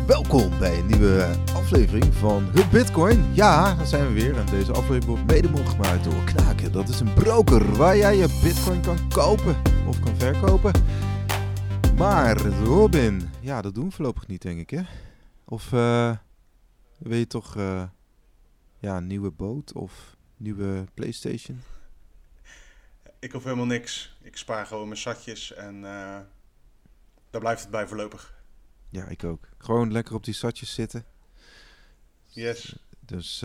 Welkom bij een nieuwe aflevering van Het Bitcoin. Ja, daar zijn we weer. En deze aflevering wordt mede mogelijk gemaakt door Knaken. Dat is een broker waar jij je Bitcoin kan kopen of kan verkopen. Maar Robin, ja, dat doen we voorlopig niet, denk ik, hè? Of wil je toch een nieuwe boot of nieuwe PlayStation? Ik hoef helemaal niks. Ik spaar gewoon mijn zatjes en daar blijft het bij voorlopig. Ja, ik ook. Gewoon lekker op die satjes zitten. Yes. Dus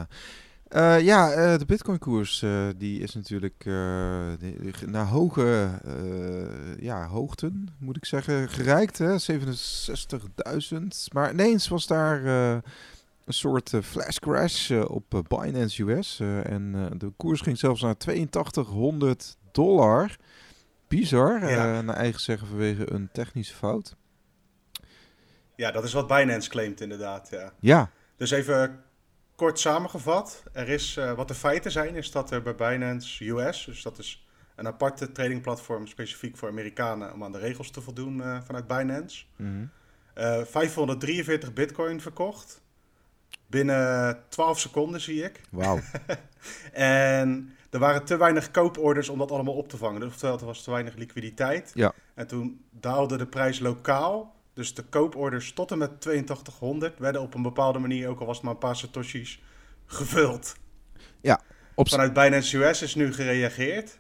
de Bitcoin-koers die is natuurlijk naar hoge hoogten, moet ik zeggen, gereikt. Hè? 67.000. Maar ineens was daar een soort flash crash op Binance US. En de koers ging zelfs naar $8200. Bizar, naar eigen zeggen vanwege een technische fout. Ja, dat is wat Binance claimt inderdaad. Ja. Dus even kort samengevat. Wat de feiten zijn, is dat er bij Binance US, dus dat is een aparte tradingplatform specifiek voor Amerikanen om aan de regels te voldoen vanuit Binance. Mm-hmm. 543 bitcoin verkocht. Binnen 12 seconden zie ik. Wauw. En er waren te weinig kooporders om dat allemaal op te vangen. Dus oftewel, er was te weinig liquiditeit. Ja. En toen daalde de prijs lokaal. Dus de kooporders tot en met 8200 werden op een bepaalde manier, ook al was het maar een paar satoshis, gevuld. Ja. Vanuit Binance US is nu gereageerd.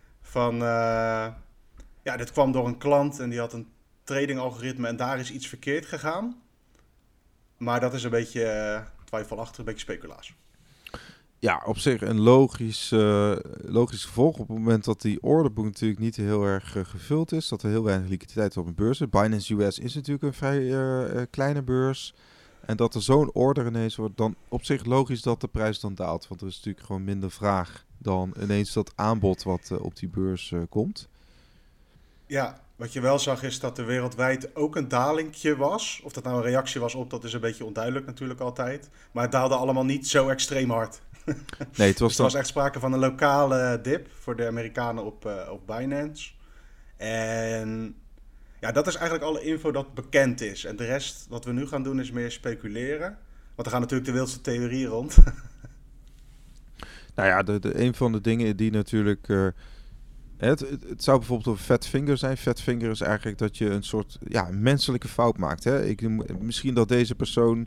Dit kwam door een klant en die had een trading algoritme en daar is iets verkeerd gegaan. Maar dat is een beetje twijfelachtig, een beetje speculatie. Ja, op zich een logisch gevolg op het moment dat die orderboek natuurlijk niet heel erg gevuld is. Dat er heel weinig liquiditeit op een beurs is. Binance US is natuurlijk een vrij kleine beurs. En dat er zo'n order ineens wordt, dan op zich logisch dat de prijs dan daalt. Want er is natuurlijk gewoon minder vraag dan ineens dat aanbod wat op die beurs komt. Ja, wat je wel zag is dat er wereldwijd ook een dalingje was. Of dat nou een reactie was op, dat is een beetje onduidelijk natuurlijk altijd. Maar het daalde allemaal niet zo extreem hard. Nee, het was, dus er was echt sprake van een lokale dip voor de Amerikanen op Binance. En ja, dat is eigenlijk alle info dat bekend is. En de rest, wat we nu gaan doen, is meer speculeren. Want er gaan natuurlijk de wildste theorieën rond. Nou ja, een van de dingen die natuurlijk... Het zou bijvoorbeeld een fat finger zijn. Fat finger is eigenlijk dat je een soort menselijke fout maakt. Hè? Misschien dat deze persoon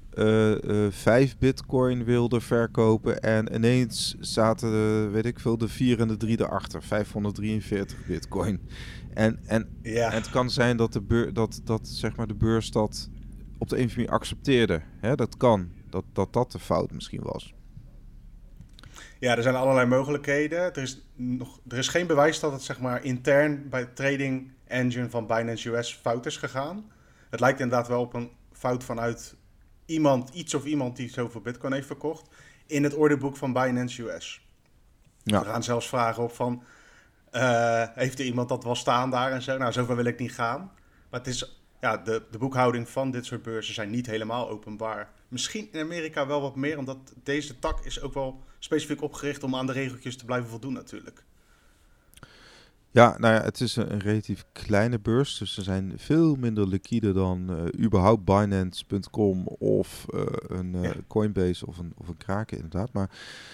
5 bitcoin wilde verkopen en ineens zaten de 4 en de 3 erachter. 543 bitcoin. En het kan zijn dat de beurs dat op de een of andere manier accepteerde. Hè? Dat kan. Dat de fout misschien was. Ja, er zijn allerlei mogelijkheden. Er is geen bewijs dat het zeg maar intern bij het trading engine van Binance US fout is gegaan. Het lijkt inderdaad wel op een fout vanuit iemand die zoveel bitcoin heeft verkocht in het orderboek van Binance US. Ja. Er gaan zelfs vragen op van, heeft er iemand dat wel staan daar en zo? Nou, zover wil ik niet gaan. Maar het is, de boekhouding van dit soort beurzen zijn niet helemaal openbaar. Misschien in Amerika wel wat meer, omdat deze tak is ook wel specifiek opgericht om aan de regeltjes te blijven voldoen natuurlijk. Ja, nou ja, het is een relatief kleine beurs, dus ze zijn veel minder liquide dan überhaupt Binance.com of Coinbase of een Kraken inderdaad. Maar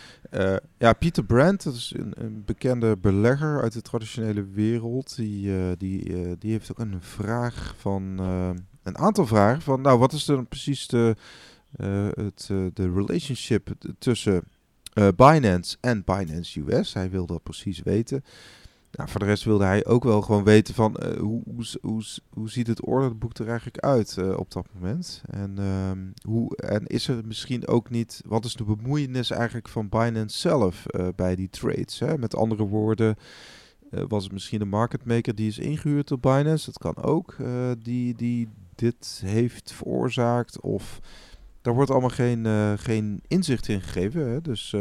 Peter Brandt, dat is een bekende belegger uit de traditionele wereld, die heeft ook een aantal vragen van, nou, wat is dan precies de relationship tussen Binance en Binance US? Hij wil dat precies weten. Nou, voor de rest wilde hij ook wel gewoon weten van hoe ziet het orderboek er eigenlijk uit op dat moment. En is er misschien ook niet, wat is de bemoeienis eigenlijk van Binance zelf bij die trades? Hè? Met andere woorden, was het misschien een market maker die is ingehuurd door Binance? Dat kan ook, die dit heeft veroorzaakt. Of daar wordt allemaal geen inzicht in gegeven. Hè? Dus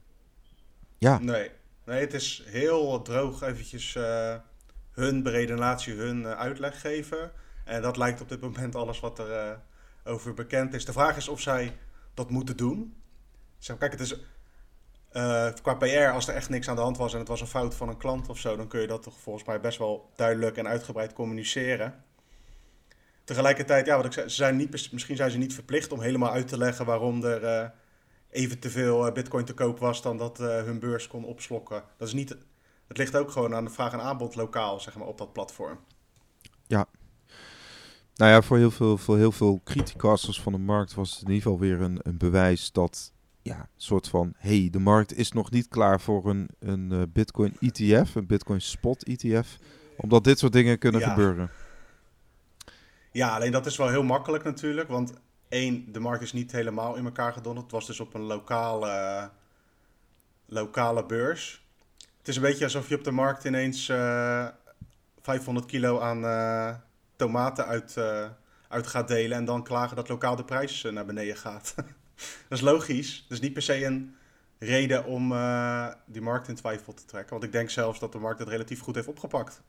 ja. Nee, het is heel droog eventjes hun beredenatie, hun uitleg geven. En dat lijkt op dit moment alles wat er over bekend is. De vraag is of zij dat moeten doen. Zeg, kijk, het is qua PR, als er echt niks aan de hand was en het was een fout van een klant of zo, dan kun je dat toch volgens mij best wel duidelijk en uitgebreid communiceren. tegelijkertijd, ja, wat ik zei, misschien zijn ze niet verplicht om helemaal uit te leggen waarom er even te veel bitcoin te koop was dan dat hun beurs kon opslokken. Dat is niet, het ligt ook gewoon aan de vraag en aanbod lokaal, zeg maar, op dat platform. Ja. Nou ja, voor heel veel criticasters van de markt was het in ieder geval weer een bewijs dat, ja, een soort van, de markt is nog niet klaar voor een Bitcoin ETF, een Bitcoin Spot ETF, omdat dit soort dingen kunnen gebeuren. Ja, alleen dat is wel heel makkelijk natuurlijk, want de markt is niet helemaal in elkaar gedonderd. Het was dus op een lokale beurs. Het is een beetje alsof je op de markt ineens 500 kilo aan tomaten uit gaat delen en dan klagen dat lokaal de prijs naar beneden gaat. Dat is logisch. Dat is niet per se een reden om die markt in twijfel te trekken. Want ik denk zelfs dat de markt het relatief goed heeft opgepakt.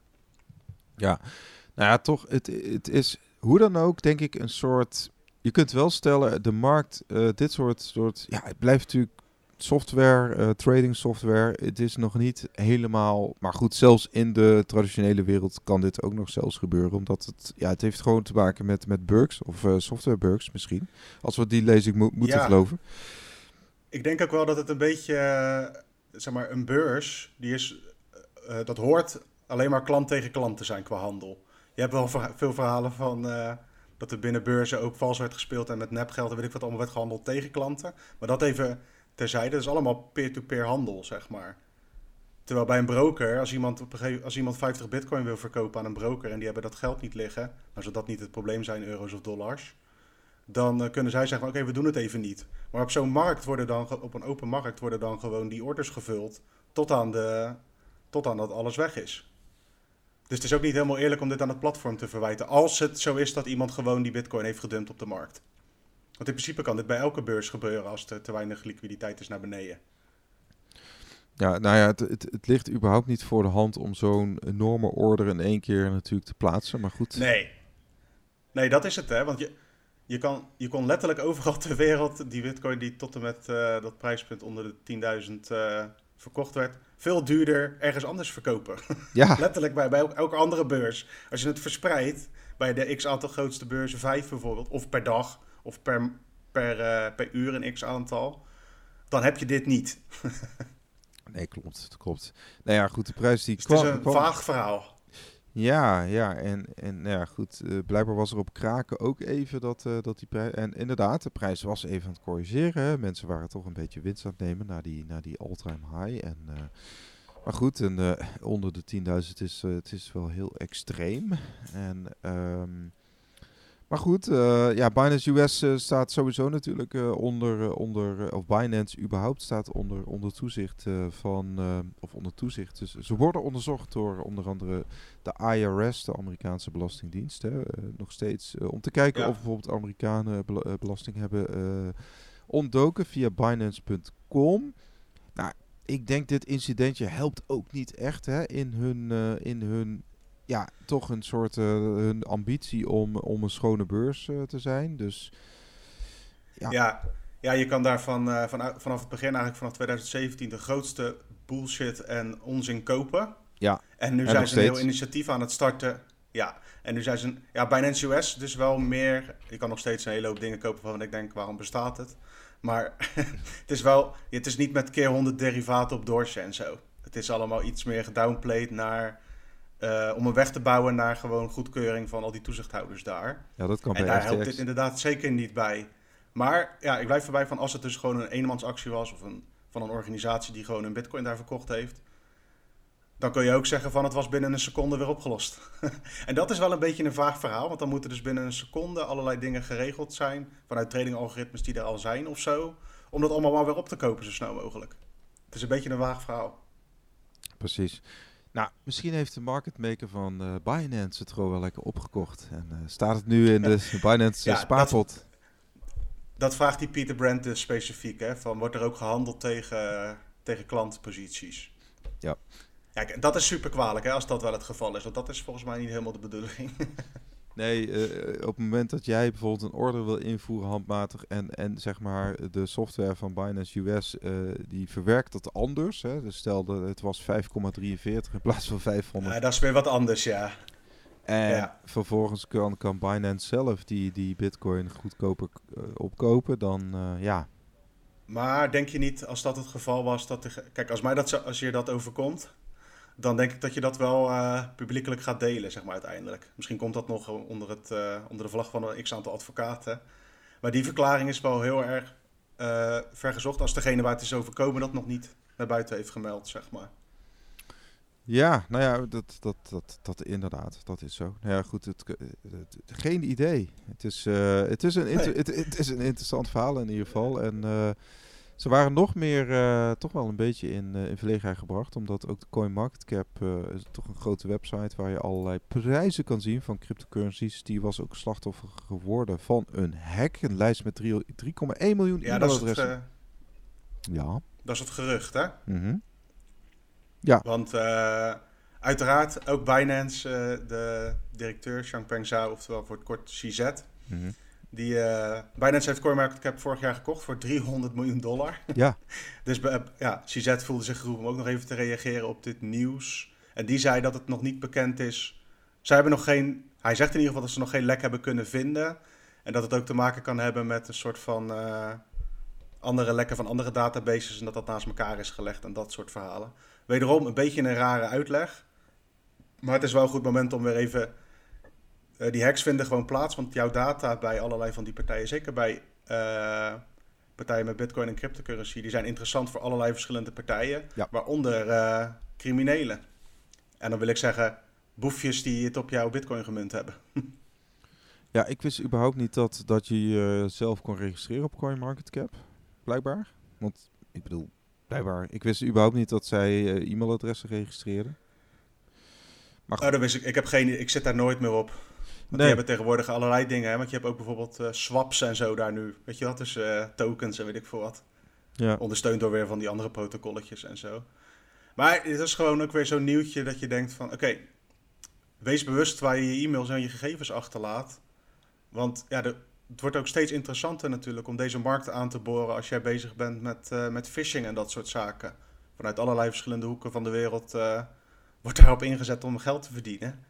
Ja, nou ja, toch, het is hoe dan ook, denk ik, een soort. Je kunt wel stellen, de markt, dit soort. Ja, het blijft natuurlijk software, trading software. Het is nog niet helemaal. Maar goed, zelfs in de traditionele wereld kan dit ook nog zelfs gebeuren. Omdat het heeft gewoon te maken met bugs of software bugs misschien. Als we die lezing moeten geloven. Ik denk ook wel dat het een beetje, zeg maar, een beurs, die is, dat hoort alleen maar klant tegen klant te zijn qua handel. Je hebt wel veel verhalen van dat er binnen beurzen ook vals werd gespeeld en met nepgeld en weet ik wat allemaal werd gehandeld tegen klanten. Maar dat even terzijde, dat is allemaal peer-to-peer handel, zeg maar. Terwijl bij een broker, als iemand 50 bitcoin wil verkopen aan een broker en die hebben dat geld niet liggen, nou zou dat niet het probleem zijn, euro's of dollars, dan kunnen zij zeggen, oké, we doen het even niet. Maar op zo'n markt op een open markt worden dan gewoon die orders gevuld tot aan dat alles weg is. Dus het is ook niet helemaal eerlijk om dit aan het platform te verwijten. Als het zo is dat iemand gewoon die bitcoin heeft gedumpt op de markt. Want in principe kan dit bij elke beurs gebeuren als er te weinig liquiditeit is naar beneden. Ja, nou ja, het ligt überhaupt niet voor de hand om zo'n enorme order in één keer natuurlijk te plaatsen, maar goed. Nee, dat is het, hè. Want je kon letterlijk overal ter wereld die bitcoin die tot en met dat prijspunt onder de 10.000 verkocht werd, veel duurder ergens anders verkopen. Ja. Letterlijk bij elke andere beurs. Als je het verspreidt bij de x aantal grootste beurzen, 5 bijvoorbeeld, of per dag, of per uur een x aantal, dan heb je dit niet. Nee, klopt. Nou ja, goed, de prijs die dus het is een vaag verhaal. Ja, en nou ja, goed, blijkbaar was er op Kraken ook even dat die prijs. En inderdaad, de prijs was even aan het corrigeren. Hè. Mensen waren toch een beetje winst aan het nemen naar die all-time high. Maar goed, onder de 10.000 het is wel heel extreem. Maar goed, Binance US staat sowieso natuurlijk of Binance überhaupt staat onder toezicht onder toezicht. Dus ze worden onderzocht door onder andere de IRS, de Amerikaanse Belastingdienst, nog steeds. Om te kijken of bijvoorbeeld Amerikanen belasting hebben ontdoken via Binance.com. Nou, ik denk dit incidentje helpt ook niet echt in hun toch een soort hun ambitie om een schone beurs te zijn. Dus ja, je kan daar vanaf het begin, eigenlijk vanaf 2017, de grootste bullshit en onzin kopen. Ja. En nu zijn ze een heel initiatief aan het starten. Ja, en nu zijn ze Binance US dus wel meer. Je kan nog steeds een hele hoop dingen kopen waarvan ik denk, waarom bestaat het? Maar het is niet met keer 100 derivaten op Dorsey en zo. Het is allemaal iets meer gedownplayed naar om een weg te bouwen naar gewoon goedkeuring van al die toezichthouders daar. Ja, dat kan. En daar helpt dit inderdaad zeker niet bij. Maar ik blijf erbij van als het dus gewoon een eenmansactie was of van een organisatie die gewoon een bitcoin daar verkocht heeft, dan kun je ook zeggen van het was binnen een seconde weer opgelost. En dat is wel een beetje een vaag verhaal, want dan moeten dus binnen een seconde allerlei dingen geregeld zijn vanuit tradingalgoritmes die er al zijn of zo, om dat allemaal maar weer op te kopen zo snel mogelijk. Het is een beetje een vaag verhaal. Precies. Nou, misschien heeft de market maker van Binance het gewoon wel lekker opgekocht. En staat het nu in de Binance spaarpot? Dat vraagt die Peter Brandt dus specifiek. Hè? Van, wordt er ook gehandeld tegen klantenposities? Ja. Ja, dat is super kwalijk als dat wel het geval is. Want dat is volgens mij niet helemaal de bedoeling. Nee, op het moment dat jij bijvoorbeeld een order wil invoeren handmatig en zeg maar de software van Binance US die verwerkt dat anders. Hè? Dus stel dat het was 5,43 in plaats van 500. Ja, dat is weer wat anders, ja. En vervolgens kan Binance zelf die bitcoin goedkoper opkopen dan, ja. Maar denk je niet, als dat het geval was, kijk, als je dat overkomt, dan denk ik dat je dat wel publiekelijk gaat delen, zeg maar, uiteindelijk. Misschien komt dat nog onder de vlag van een x-aantal advocaten. Maar die verklaring is wel heel erg vergezocht als degene waar het is overkomen dat nog niet naar buiten heeft gemeld, zeg maar. Ja, nou ja, dat inderdaad, dat is zo. Nou ja, goed, geen idee. Het is een interessant verhaal in ieder geval. En ze waren nog meer toch wel een beetje in verlegenheid gebracht. Omdat ook de CoinMarketCap is toch een grote website waar je allerlei prijzen kan zien van cryptocurrencies. Die was ook slachtoffer geworden van een hack. Een lijst met 3,1 miljoen e-mailadressen. Ja, dat is het gerucht, hè? Mm-hmm. Ja. Want uiteraard ook Binance, de directeur, Changpeng Zhao, oftewel voor het kort CZ. Mm-hmm. Binance heeft CoinMarketCap vorig jaar gekocht voor $300 miljoen. Ja. Dus CZ voelde zich geroepen om ook nog even te reageren op dit nieuws. En die zei dat het nog niet bekend is. Hij zegt in ieder geval dat ze nog geen lek hebben kunnen vinden. En dat het ook te maken kan hebben met een soort van andere lekken van andere databases. En dat naast elkaar is gelegd en dat soort verhalen. Wederom een beetje een rare uitleg. Maar het is wel een goed moment om weer even... die hacks vinden gewoon plaats, want jouw data bij allerlei van die partijen, zeker bij partijen met bitcoin en cryptocurrency, die zijn interessant voor allerlei verschillende partijen, waaronder criminelen. En dan wil ik zeggen, boefjes die het op jouw bitcoin gemunt hebben. Ja, ik wist überhaupt niet dat je jezelf kon registreren op CoinMarketCap, blijkbaar. Want, ik bedoel, blijkbaar, ik wist überhaupt niet dat zij e-mailadressen registreerden. Maar dat wist ik. Ik zit daar nooit meer op. Want die hebben tegenwoordig allerlei dingen. Hè? Want je hebt ook bijvoorbeeld swaps en zo daar nu. Weet je wat? Dus tokens en weet ik veel wat. Ja. Ondersteund door weer van die andere protocolletjes en zo. Maar het is gewoon ook weer zo'n nieuwtje dat je denkt van... Oké, wees bewust waar je e-mails en je gegevens achterlaat. Want ja, het wordt ook steeds interessanter natuurlijk om deze markt aan te boren... als jij bezig bent met phishing en dat soort zaken. Vanuit allerlei verschillende hoeken van de wereld wordt daarop ingezet om geld te verdienen.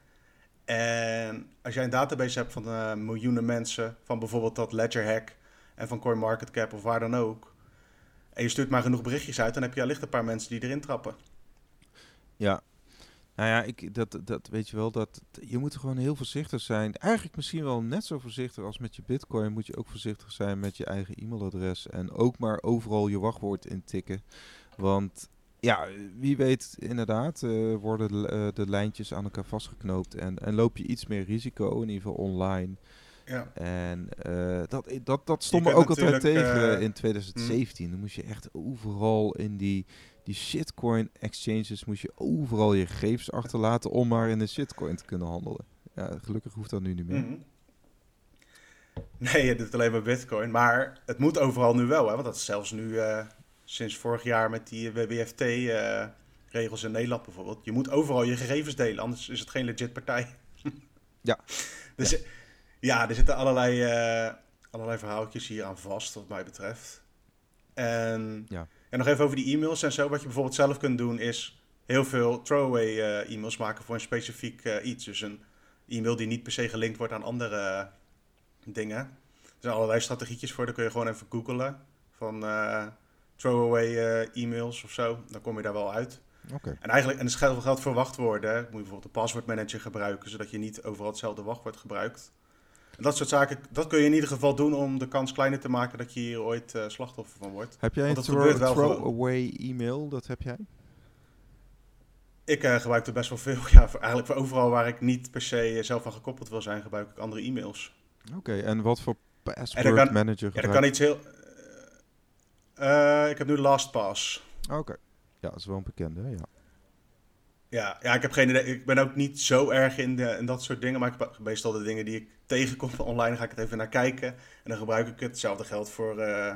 En als jij een database hebt van miljoenen mensen... van bijvoorbeeld dat Ledger hack en van CoinMarketCap of waar dan ook... en je stuurt maar genoeg berichtjes uit... dan heb je allicht een paar mensen die erin trappen. Ja, nou ja, dat weet je wel, je moet gewoon heel voorzichtig zijn. Eigenlijk misschien wel net zo voorzichtig als met je bitcoin... moet je ook voorzichtig zijn met je eigen e-mailadres... en ook maar overal je wachtwoord intikken. Want... ja, wie weet inderdaad worden de lijntjes aan elkaar vastgeknoopt en loop je iets meer risico, in ieder geval online. Ja. En dat stond me ook altijd tegen in 2017. Dan moest je echt overal in die shitcoin exchanges, moest je overal je gegevens achterlaten om maar in een shitcoin te kunnen handelen. Ja, gelukkig hoeft dat nu niet meer. Mm-hmm. Nee, je doet alleen maar bitcoin, maar het moet overal nu wel, hè? Want dat is zelfs nu... sinds vorig jaar met die WWFT-regels in Nederland bijvoorbeeld. Je moet overal je gegevens delen, anders is het geen legit partij. Ja. Dus er zitten allerlei verhaaltjes hier aan vast, wat mij betreft. En nog even over die e-mails en zo. Wat je bijvoorbeeld zelf kunt doen is heel veel throwaway e-mails maken voor een specifiek iets. Dus een e-mail die niet per se gelinkt wordt aan andere dingen. Er zijn allerlei strategietjes voor, daar kun je gewoon even googlen. Van... throwaway e-mails of zo, dan kom je daar wel uit. Okay. En het geldt voor wachtwoorden. Moet je bijvoorbeeld een paswoordmanager gebruiken, zodat je niet overal hetzelfde wachtwoord gebruikt. En dat soort zaken, dat kun je in ieder geval doen om de kans kleiner te maken dat je hier ooit slachtoffer van wordt. Heb jij een throwaway e-mail? Dat heb jij? Ik gebruik er best wel veel. Ja, eigenlijk voor overal waar ik niet per se zelf aan gekoppeld wil zijn, gebruik ik andere e-mails. Oké, en wat voor password manager gebruik je? Ja, dat kan iets heel... ik heb nu LastPass. Oké. Ja, dat is wel een bekende, hè? Ja, ik heb geen idee. Ik ben ook niet zo erg in dat soort dingen. Maar ik heb meestal de dingen die ik tegenkom online, ga ik het even naar kijken. En dan gebruik ik het. Hetzelfde geldt voor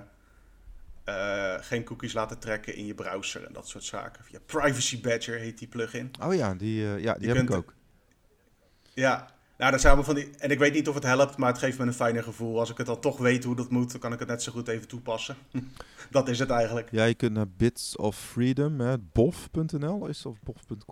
geen cookies laten trekken in je browser en dat soort zaken. Via Privacy Badger heet die plugin. Oh ja, die heb ik ook. Ja, nou, dat zijn allemaal van die... En ik weet niet of het helpt, maar het geeft me een fijner gevoel. Als ik het dan toch weet hoe dat moet, dan kan ik het net zo goed even toepassen. Dat is het eigenlijk. Ja, je kunt naar Bits of Freedom, bof.nl is of bof.com.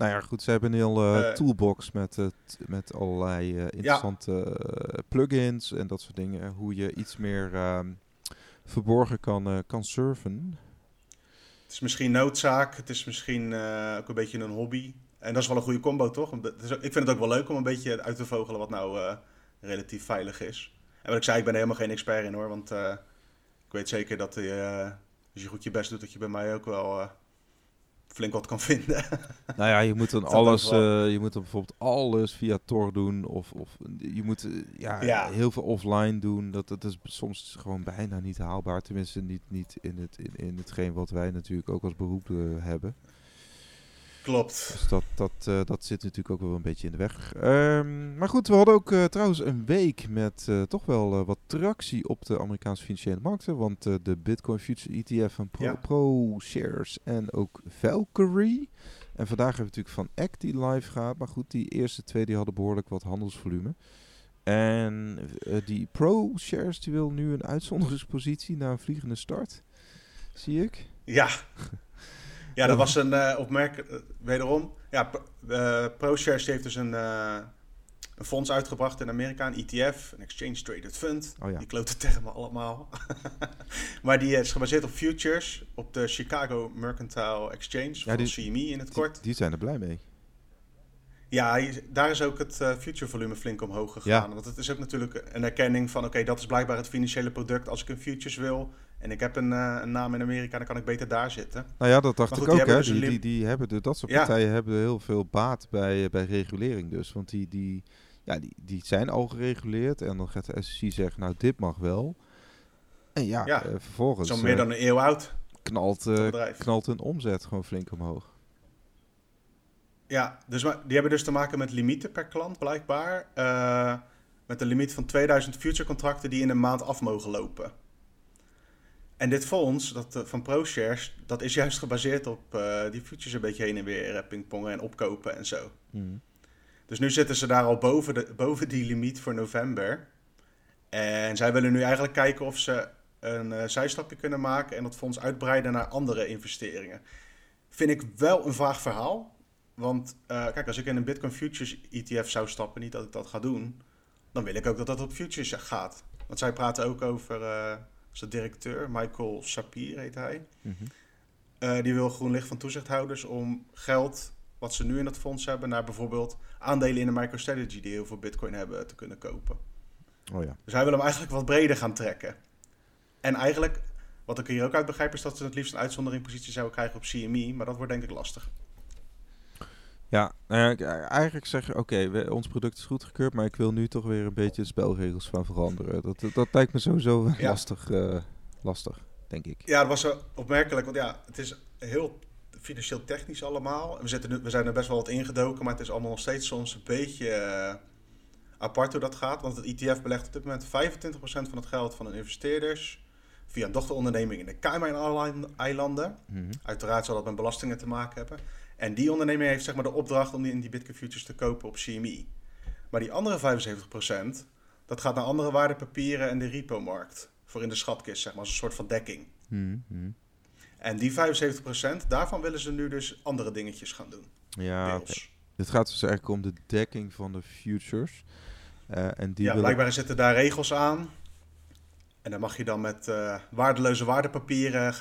Nou ja, goed, ze hebben een heel toolbox met allerlei interessante plugins en dat soort dingen. Hoe je iets meer verborgen kan surfen. Het is misschien noodzaak, het is misschien ook een beetje een hobby. En dat is wel een goede combo, toch? Ik vind het ook wel leuk om een beetje uit te vogelen wat nou relatief veilig is. En wat ik zei, ik ben er helemaal geen expert in hoor. Want ik weet zeker dat als je goed je best doet, dat je bij mij ook wel flink wat kan vinden. Nou ja, je moet dan je moet dan bijvoorbeeld alles via Tor doen. Of je moet heel veel offline doen. Dat is soms gewoon bijna niet haalbaar. Tenminste niet in hetgeen wat wij natuurlijk ook als beroep hebben. Klopt. Dus dat zit natuurlijk ook wel een beetje in de weg. Maar goed, we hadden ook trouwens een week met toch wel wat tractie op de Amerikaanse financiële markten. Want de Bitcoin Future ETF van ProShares en ook Valkyrie. En vandaag hebben we natuurlijk van Eck die live gaat. Maar goed, die eerste twee die hadden behoorlijk wat handelsvolume. En die ProShares die wil nu een uitzonderingspositie naar een vliegende start. Zie ik. Ja. Ja, dat was een opmerking. Wederom, ja, ProShares heeft dus een fonds uitgebracht in Amerika, een ETF, een Exchange Traded Fund. Oh ja. Die klote termen allemaal. Maar die is gebaseerd op futures, op de Chicago Mercantile Exchange, van CME in het kort. Die zijn er blij mee. Ja, daar is ook het future volume flink omhoog gegaan. Ja. Want het is ook natuurlijk een erkenning van, oké, dat is blijkbaar het financiële product. Als ik een futures wil en ik heb een naam in Amerika, dan kan ik beter daar zitten. Nou ja, dat dacht ik ook. Hè. Die hebben dat soort partijen hebben heel veel baat bij regulering dus. Want die zijn al gereguleerd en dan gaat de SEC zeggen, nou dit mag wel. En vervolgens... Zo meer dan een eeuw oud. Knalt hun omzet gewoon flink omhoog. Ja, die hebben dus te maken met limieten per klant, blijkbaar. Met een limiet van 2000 future contracten die in een maand af mogen lopen. En dit fonds van ProShares, dat is juist gebaseerd op die futures een beetje heen en weer pingpongen en opkopen en zo. Mm. Dus nu zitten ze daar al boven die limiet voor november. En zij willen nu eigenlijk kijken of ze een zijstapje kunnen maken en dat fonds uitbreiden naar andere investeringen. Vind ik wel een vaag verhaal. Want kijk, als ik in een Bitcoin Futures ETF zou stappen, niet dat ik dat ga doen, dan wil ik ook dat dat op futures gaat. Want zij praten ook over, de directeur, Michael Sapir heet hij. Mm-hmm. Die wil groen licht van toezichthouders om geld, wat ze nu in dat fonds hebben, naar bijvoorbeeld aandelen in een MicroStrategy die heel veel Bitcoin hebben te kunnen kopen. Oh ja. Dus hij wil hem eigenlijk wat breder gaan trekken. En eigenlijk, wat ik hier ook uit begrijp, is dat ze het liefst een uitzonderingpositie zouden krijgen op CME, maar dat wordt denk ik lastig. Ja, eigenlijk zeg je, oké, ons product is goedgekeurd, maar ik wil nu toch weer een beetje de spelregels van veranderen. Dat lijkt me sowieso lastig, denk ik. Ja, dat was zo opmerkelijk, want ja, het is heel financieel technisch allemaal. We zijn er best wel wat ingedoken, maar het is allemaal nog steeds soms een beetje apart hoe dat gaat. Want het ETF belegt op dit moment 25% van het geld van de investeerders via een dochteronderneming in de Cayman-eilanden. Mm-hmm. Uiteraard zal dat met belastingen te maken hebben. En die onderneming heeft zeg maar de opdracht om die Bitcoin Futures te kopen op CME. Maar die andere 75%, dat gaat naar andere waardepapieren en de repo-markt. Voor in de schatkist, zeg maar, als een soort van dekking. Mm-hmm. En die 75%, daarvan willen ze nu dus andere dingetjes gaan doen. Ja, okay. Het gaat dus eigenlijk om de dekking van de futures. Blijkbaar zitten daar regels aan. En dan mag je dan met waardeloze waardepapieren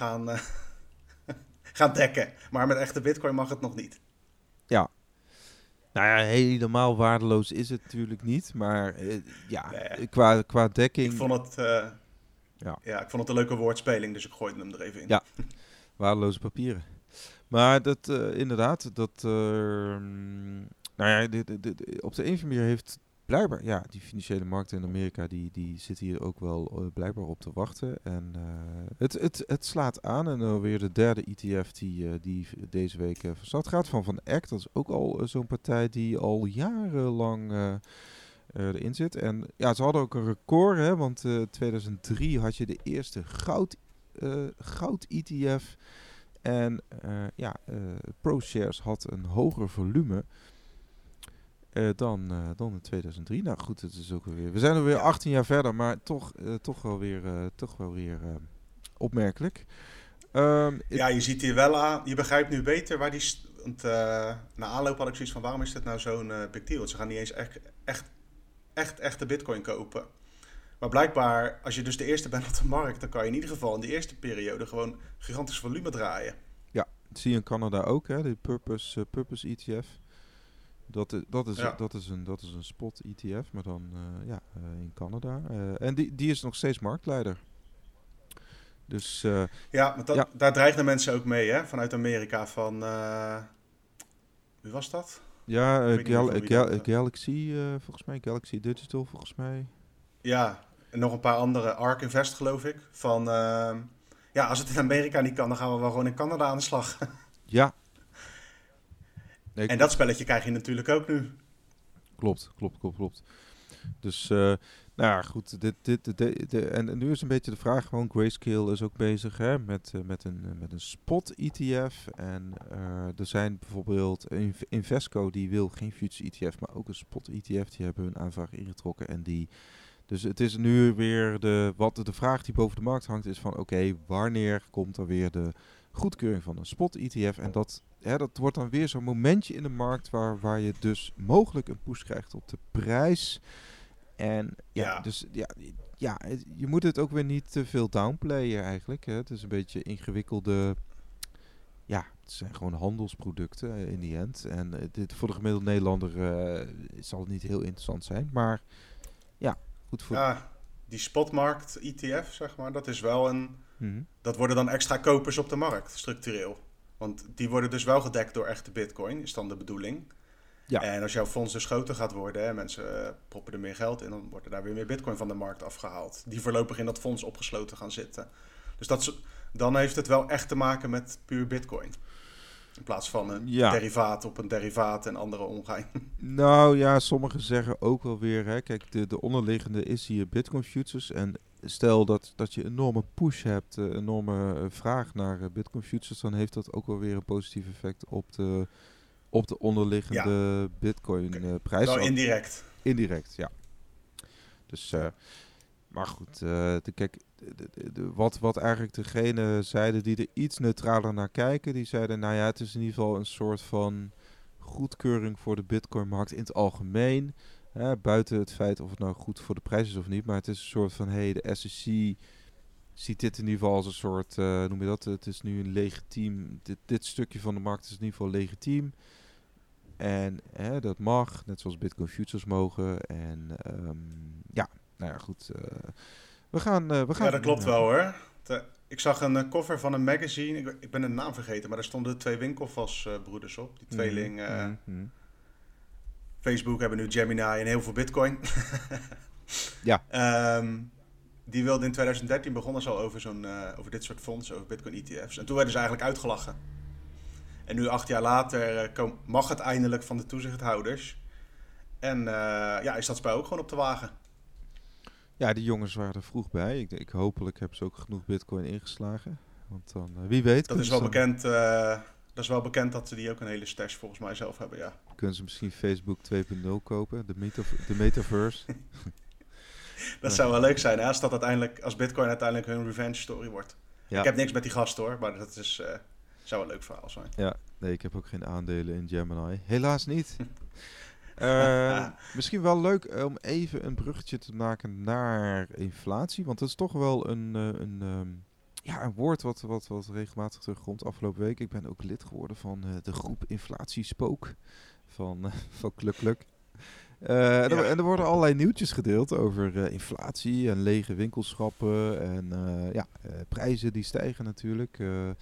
gaan dekken. Maar met echte bitcoin mag het nog niet. Ja. Nou ja, helemaal waardeloos is het natuurlijk niet. Maar qua dekking... Ik vond het een leuke woordspeling, dus ik gooide hem er even in. Ja, waardeloze papieren. Maar dat inderdaad, op de een of andere manier heeft blijkbaar, die financiële markten in Amerika, die zitten hier ook wel blijkbaar op te wachten. En het slaat aan. En dan weer de derde ETF die deze week van start gaat, van Eck. Dat is ook al zo'n partij die al jarenlang erin zit. En ja, ze hadden ook een record, hè, want 2003 had je de eerste goud-ETF. En ProShares had een hoger volume dan in 2003. Nou goed, het is ook weer. We zijn er weer 18 jaar verder, maar toch wel weer opmerkelijk. Je ziet hier wel aan. Je begrijpt nu beter na aanloop had ik zoiets van, waarom is dit nou zo'n big deal? Want ze gaan niet eens echt de bitcoin kopen. Maar blijkbaar, als je dus de eerste bent op de markt, dan kan je in ieder geval in de eerste periode gewoon gigantisch volume draaien. Ja, dat zie je in Canada ook, hè? De Purpose ETF. Dat is een spot ETF, maar dan in Canada. En die is nog steeds marktleider. Dus Ja, want daar dreigden mensen ook mee, hè? Vanuit Amerika van... wie was dat? ja, Galaxy, volgens mij. Galaxy Digital, volgens mij. Ja, en nog een paar andere. ARK Invest, geloof ik. Van, als het in Amerika niet kan, dan gaan we wel gewoon in Canada aan de slag. Ja. Nee, en dat spelletje krijg je natuurlijk ook nu. Klopt. Dus, goed. En nu is een beetje de vraag, gewoon Grayscale is ook bezig met een spot ETF. En er zijn bijvoorbeeld Invesco, die wil geen futures ETF, maar ook een spot ETF. Die hebben hun aanvraag ingetrokken en dus het is nu weer de vraag die boven de markt hangt is van oké, wanneer komt er weer de goedkeuring van een spot ETF? En dat wordt dan weer zo'n momentje in de markt waar je dus mogelijk een push krijgt op de prijs. En je moet het ook weer niet te veel downplayen eigenlijk. Hè. Het is een beetje ingewikkelde... Ja, het zijn gewoon handelsproducten in die end. En dit voor de gemiddelde Nederlander zal het niet heel interessant zijn. Maar ja, goed voor... Ja, die spotmarkt ETF, zeg maar, dat is wel een... Dat worden dan extra kopers op de markt, structureel. Want die worden dus wel gedekt door echte bitcoin, is dan de bedoeling. Ja. En als jouw fonds dus groter gaat worden, en mensen proppen er meer geld in, dan wordt er daar weer meer bitcoin van de markt afgehaald. Die voorlopig in dat fonds opgesloten gaan zitten. Dus dan heeft het wel echt te maken met puur bitcoin. In plaats van een derivaat op een derivaat en andere ongein. Nou ja, sommigen zeggen ook wel weer, hè, kijk, de onderliggende is hier Bitcoin futures. En stel dat je een enorme push hebt, een enorme vraag naar Bitcoin futures, dan heeft dat ook wel weer een positief effect op de onderliggende Bitcoin prijs. Wel indirect. Indirect, ja. Dus, maar goed, kijk, wat eigenlijk degene zeiden die er iets neutraler naar kijken, die zeiden, nou ja, het is in ieder geval een soort van goedkeuring voor de Bitcoin-markt in het algemeen. Buiten het feit of het nou goed voor de prijs is of niet, maar het is een soort van, de SEC ziet dit in ieder geval als een soort, noem je dat, het is nu een legitiem, dit stukje van de markt is in ieder geval legitiem. En dat mag, net zoals Bitcoin futures mogen. En goed. We gaan. Ja, dat klopt wel hoor. Ik zag een cover van een magazine. Ik ben de naam vergeten, maar daar stonden 2 Winklevoss-broeders op. Die tweeling. Facebook hebben nu Gemini en heel veel Bitcoin. Ja. Die wilden in 2013 begonnen ze al over dit soort fondsen, over Bitcoin ETF's. En toen werden ze eigenlijk uitgelachen. En nu 8 jaar later mag het eindelijk van de toezichthouders. En is dat spel ook gewoon op te wagen. Ja, die jongens waren er vroeg bij. Ik hopelijk hebben ze ook genoeg Bitcoin ingeslagen. Want dan, wie weet... Dat is wel bekend. Dat is wel bekend dat ze die ook een hele stash volgens mij zelf hebben, ja. Kunnen ze misschien Facebook 2.0 kopen? De metaverse? Dat zou wel leuk zijn, hè? Als Bitcoin uiteindelijk hun revenge story wordt. Ja. Ik heb niks met die gast hoor, maar dat zou een leuk verhaal zijn. Ja, nee, ik heb ook geen aandelen in Gemini. Helaas niet. Misschien wel leuk om even een bruggetje te maken naar inflatie. Want dat is toch wel een woord wat regelmatig terugkomt afgelopen week. Ik ben ook lid geworden van de groep Inflatiespook van Kluk. En er worden allerlei nieuwtjes gedeeld over inflatie en lege winkelschappen en prijzen die stijgen natuurlijk.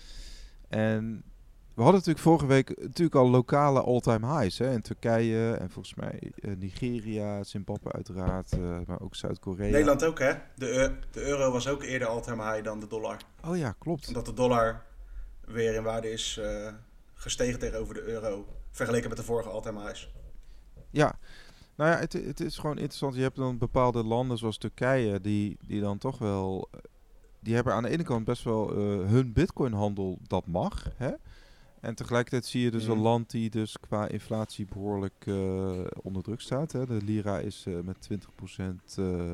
En we hadden natuurlijk vorige week al lokale all-time highs in Turkije en volgens mij Nigeria, Zimbabwe uiteraard, maar ook Zuid-Korea. Nederland ook hè? De euro was ook eerder all-time high dan de dollar. Oh ja, klopt. Omdat de dollar weer in waarde is gestegen tegenover de euro, vergeleken met de vorige all-time highs. Ja, nou ja, het is gewoon interessant. Je hebt dan bepaalde landen zoals Turkije die dan toch wel... Die hebben aan de ene kant best wel hun bitcoinhandel, dat mag. Hè? En tegelijkertijd zie je dus een land die dus qua inflatie behoorlijk onder druk staat. Hè? De lira is met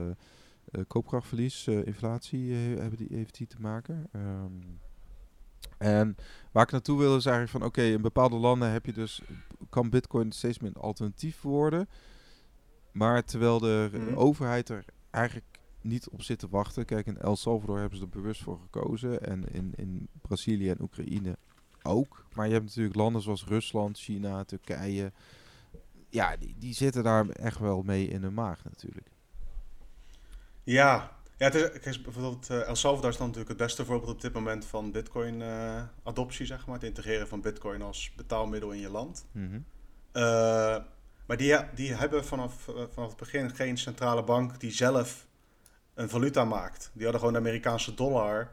20% koopkrachtverlies, inflatie heeft die te maken. En waar ik naartoe wil is eigenlijk van, oké, in bepaalde landen heb je dus, kan Bitcoin steeds meer een alternatief worden. Maar terwijl de overheid er eigenlijk niet op zit te wachten. Kijk, in El Salvador hebben ze er bewust voor gekozen. En in Brazilië en Oekraïne ook. Maar je hebt natuurlijk landen zoals Rusland, China, Turkije. Ja, die zitten daar echt wel mee in hun maag natuurlijk. Ja, het is bijvoorbeeld El Salvador is dan natuurlijk het beste voorbeeld op dit moment van Bitcoin-adoptie, zeg maar. Het integreren van Bitcoin als betaalmiddel in je land. Mm-hmm. Maar die hebben vanaf het begin geen centrale bank die zelf een valuta maakt. Die hadden gewoon de Amerikaanse dollar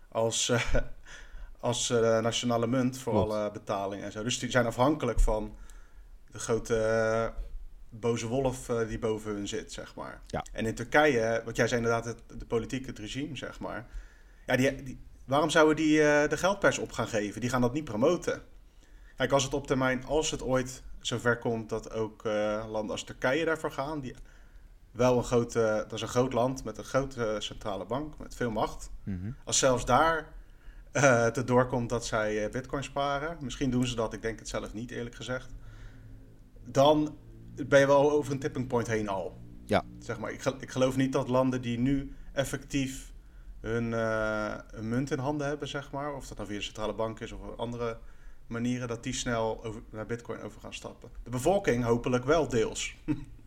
als nationale munt voor alle betalingen en zo. Dus die zijn afhankelijk van de grote boze wolf die boven hun zit, zeg maar. Ja. En in Turkije, wat jij zei inderdaad, de politiek, het regime, zeg maar. Ja, waarom zouden die de geldpers op gaan geven? Die gaan dat niet promoten. Kijk, als het op termijn, als het ooit zover komt dat ook landen als Turkije daarvoor gaan, dat is een groot land met een grote centrale bank, met veel macht. Mm-hmm. Als zelfs daar te doorkomt dat zij bitcoin sparen, misschien doen ze dat, ik denk het zelf niet eerlijk gezegd, dan ben je wel over een tipping point heen al. Ja. Zeg maar, ik geloof niet dat landen die nu effectief hun munt in handen hebben, zeg maar, of dat nou via de centrale bank is of op andere manieren, dat die snel naar bitcoin over gaan stappen. De bevolking hopelijk wel deels.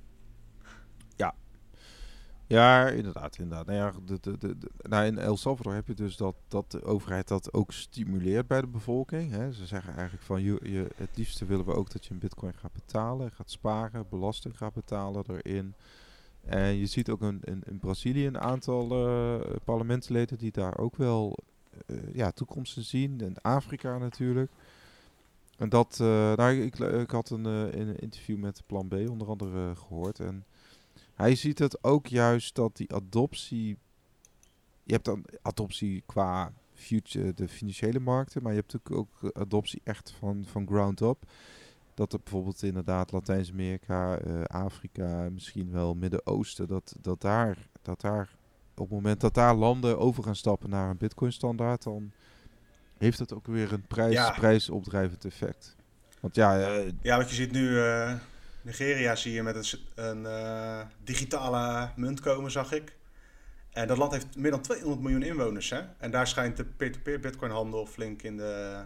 Ja, inderdaad. Nou ja, in El Salvador heb je dus dat de overheid dat ook stimuleert bij de bevolking. Hè. Ze zeggen eigenlijk van, het liefste willen we ook dat je in bitcoin gaat betalen, gaat sparen, belasting gaat betalen erin. En je ziet ook in Brazilië een aantal parlementsleden die daar ook wel toekomst in zien. En Afrika natuurlijk. En dat, ik had een interview met Plan B onder andere gehoord. En hij ziet het ook juist dat die adoptie... Je hebt dan adoptie qua de financiële markten, maar je hebt natuurlijk ook adoptie echt van ground up. Dat er bijvoorbeeld inderdaad Latijns-Amerika, Afrika, misschien wel Midden-Oosten, dat daar op het moment dat daar landen over gaan stappen naar een Bitcoin-standaard, dan heeft dat ook weer een prijsopdrijvend effect. Want wat je ziet nu, Nigeria zie je met een digitale munt komen, zag ik. En dat land heeft meer dan 200 miljoen inwoners, hè? En daar schijnt de peer-to-peer Bitcoin-handel flink in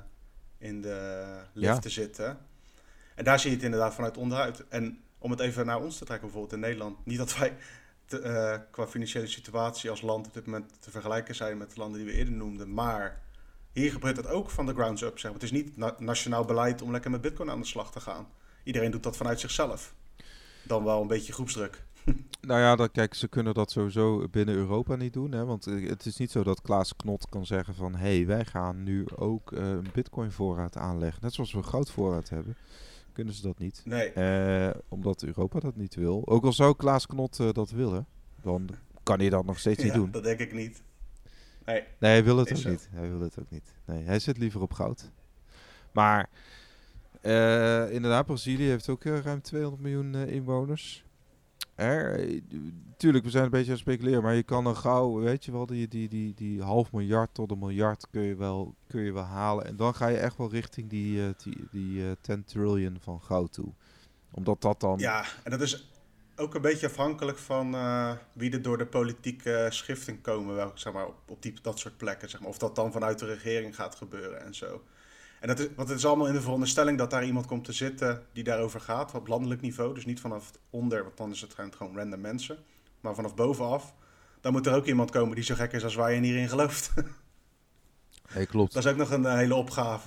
de lift te zitten. En daar zie je het inderdaad vanuit onderuit. En om het even naar ons te trekken, bijvoorbeeld in Nederland. Niet dat wij qua financiële situatie als land op dit moment te vergelijken zijn met de landen die we eerder noemden. Maar hier gebeurt het ook van de grounds up. Zeg maar. Het is niet nationaal beleid om lekker met Bitcoin aan de slag te gaan. Iedereen doet dat vanuit zichzelf. Dan wel een beetje groepsdruk. Nou ja, kijk, ze kunnen dat sowieso binnen Europa niet doen. Hè? Want het is niet zo dat Klaas Knot kan zeggen van... wij gaan nu ook een Bitcoin voorraad aanleggen. Net zoals we een goudvoorraad hebben. Kunnen ze dat niet. Nee. Omdat Europa dat niet wil. Ook al zou Klaas Knot dat willen, dan kan hij dat nog steeds niet doen. Dat denk ik niet. Nee, hij wil het ook niet. Hij wil het ook niet. Nee, hij zit liever op goud. Maar inderdaad, Brazilië heeft ook ruim 200 miljoen inwoners. Tuurlijk, we zijn een beetje aan het speculeren, maar je kan er gauw, weet je wel, die 500 miljoen tot 1 miljard kun je wel halen. En dan ga je echt wel richting die 10 triljoen van goud toe. Omdat dat dan... Ja, en dat is ook een beetje afhankelijk van wie er door de politieke schifting komen, zeg maar, op dat soort plekken. Zeg maar. Of dat dan vanuit de regering gaat gebeuren en zo. En want het is allemaal in de veronderstelling dat daar iemand komt te zitten die daarover gaat, op landelijk niveau. Dus niet vanaf onder, want dan is het gewoon random mensen. Maar vanaf bovenaf, dan moet er ook iemand komen die zo gek is als waar je hierin gelooft. Nee, klopt. Dat is ook nog een hele opgave.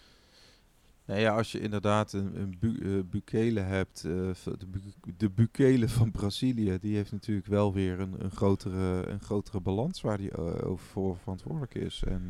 Nee, ja, als je inderdaad een Bukele hebt, de Bukele van Brazilië, die heeft natuurlijk wel weer een grotere balans waar die voor verantwoordelijk is. En...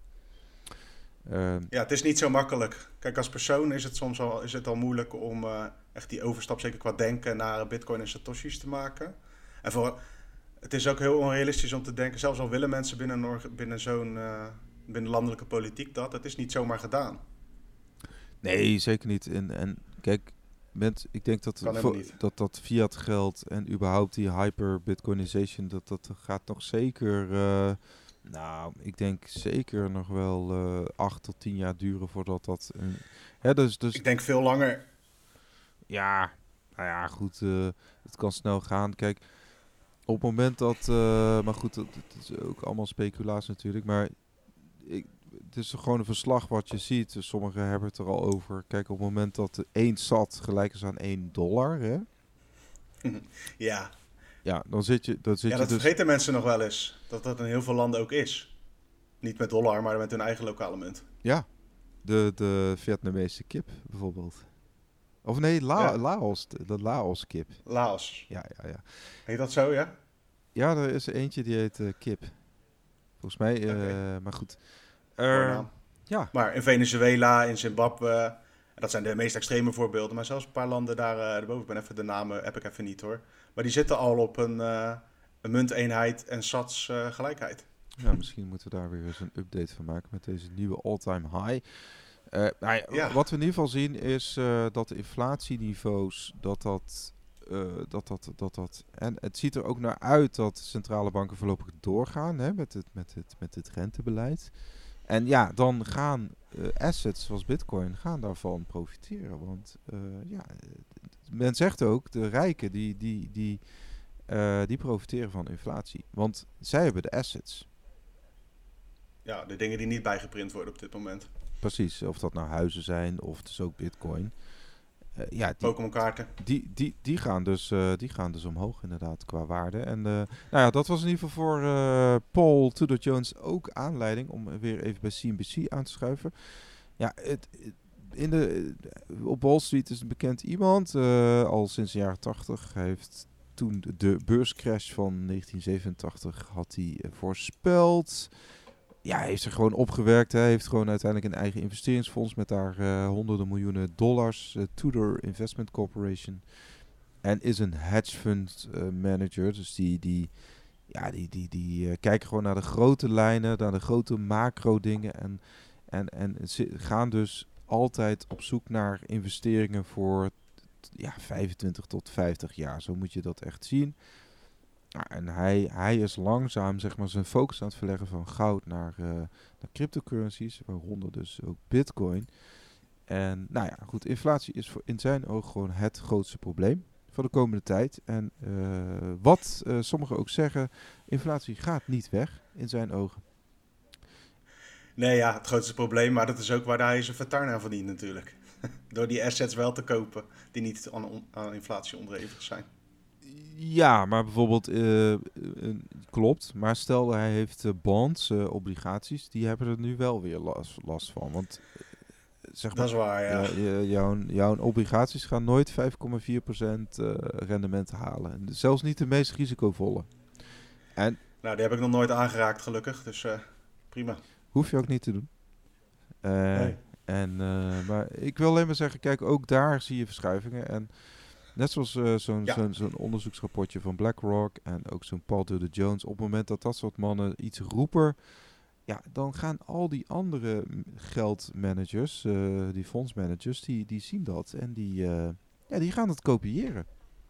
ja, het is niet zo makkelijk. Kijk, als persoon is het soms al moeilijk om echt die overstap, zeker qua denken, naar Bitcoin en Satoshis te maken. En het is ook heel onrealistisch om te denken, zelfs al willen mensen binnen landelijke politiek dat is niet zomaar gedaan. Nee, zeker niet. En kijk, ik denk dat fiat geld en überhaupt die hyper-bitcoinization, dat gaat nog zeker Nou, ik denk zeker nog wel 8 tot 10 jaar duren voordat dat... Hè, dus Ik denk veel langer. ja, nou ja, goed, het kan snel gaan. Kijk, op het moment dat... maar goed, dat is ook allemaal speculatie natuurlijk. Maar het is gewoon een verslag wat je ziet. Dus sommigen hebben het er al over. Kijk, op het moment dat 1 SAT gelijk is aan $1, hè? Ja. Ja, dan zit je Ja, dat dus... vergeten mensen nog wel eens. Dat dat in heel veel landen ook is. Niet met dollar, maar met hun eigen lokale munt. Ja, de Vietnamese kip bijvoorbeeld. Of nee, Ja, Laos, de Laos kip. Laos. Ja. Heet dat zo, ja? Ja, er is er eentje die heet kip. Volgens mij, Oké, maar goed. mooie Er, naam. ja, Maar in Venezuela, in Zimbabwe, dat zijn de meest extreme voorbeelden. Maar zelfs een paar landen daar erboven, ik ben even de namen, heb ik even niet hoor. Maar die zitten al op een munteenheid en sats gelijkheid. ja, misschien moeten we daar weer eens een update van maken met deze nieuwe all-time high. Nou ja, Ja, wat we in ieder geval zien is dat de inflatieniveaus, en het ziet er ook naar uit dat centrale banken voorlopig doorgaan hè, met het rentebeleid. En ja, dan gaan assets zoals Bitcoin gaan daarvan profiteren. Want men zegt ook, de rijken die profiteren van inflatie. Want zij hebben de assets. ja, de dingen die niet bijgeprint worden op dit moment. Precies, of dat nou huizen zijn of dus ook Bitcoin. Ja, Pokémon kaarten. die gaan dus omhoog inderdaad qua waarde. En nou ja, dat was in ieder geval voor Paul Tudor Jones ook aanleiding om weer even bij CNBC aan te schuiven. Ja, op Wall Street is een bekend iemand, al sinds de jaren 80. Hij heeft toen de beurscrash van 1987 had hij voorspeld. Ja, hij heeft er gewoon opgewerkt. Hij heeft gewoon uiteindelijk een eigen investeringsfonds met daar honderden miljoenen dollars. Tudor Investment Corporation. En is een hedge fund manager. Dus die kijken gewoon naar de grote lijnen, naar de grote macro dingen. En gaan dus altijd op zoek naar investeringen voor 25 tot 50 jaar. Zo moet je dat echt zien. Nou, en hij is langzaam zeg maar, zijn focus aan het verleggen van goud naar cryptocurrencies, waaronder dus ook Bitcoin. En nou ja, goed, inflatie is in zijn oog gewoon het grootste probleem voor de komende tijd. En wat sommigen ook zeggen, inflatie gaat niet weg in zijn ogen. Nee, ja, het grootste probleem, maar dat is ook waar hij zijn fortuin aan verdient natuurlijk. Door die assets wel te kopen die niet aan inflatie onderhevig zijn. Ja, maar bijvoorbeeld, klopt. Maar stel hij heeft bonds, obligaties, die hebben er nu wel weer last van. Want zeg Dat maar, is waar, ja. jouw obligaties gaan nooit 5,4% rendement halen. En zelfs niet de meest risicovolle. En Nou, die heb ik nog nooit aangeraakt gelukkig, dus prima. hoef je ook niet te doen. Nee. Maar ik wil alleen maar zeggen, kijk, ook daar zie je verschuivingen. En net zoals zo'n onderzoeksrapportje van BlackRock en ook zo'n Paul Tudor Jones. Op het moment dat dat soort mannen iets roepen, ja, dan gaan al die andere geldmanagers, die fondsmanagers, die zien dat. En die gaan het kopiëren.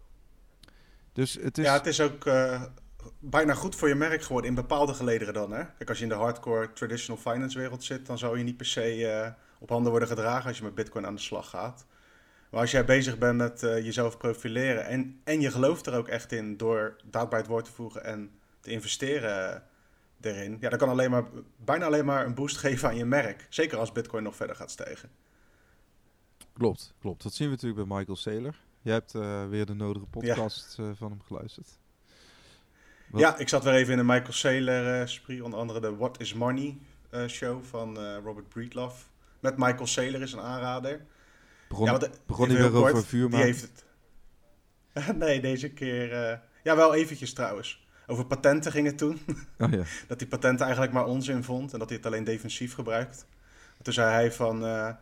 Dus het is... Ja, het is ook bijna goed voor je merk geworden in bepaalde gelederen dan, hè. Kijk, als je in de hardcore traditional finance wereld zit, dan zou je niet per se op handen worden gedragen als je met Bitcoin aan de slag gaat. Maar als jij bezig bent met jezelf profileren en je gelooft er ook echt in door daad bij het woord te voegen en te investeren erin, ja, dat kan bijna alleen maar een boost geven aan je merk. Zeker als Bitcoin nog verder gaat stijgen. Klopt. Dat zien we natuurlijk bij Michael Saylor. Jij hebt weer de nodige podcast van hem geluisterd. Ja, ik zat weer even in een Michael Saylor spree, onder andere de What is Money show van Robert Breedlove. Met Michael Saylor is een aanrader. Begon hij weer over vuur die heeft het. Nee, deze keer... ja, wel eventjes trouwens. Over patenten ging het toen. Oh, ja. Dat hij patenten eigenlijk maar onzin vond en dat hij het alleen defensief gebruikt. Toen zei hij van...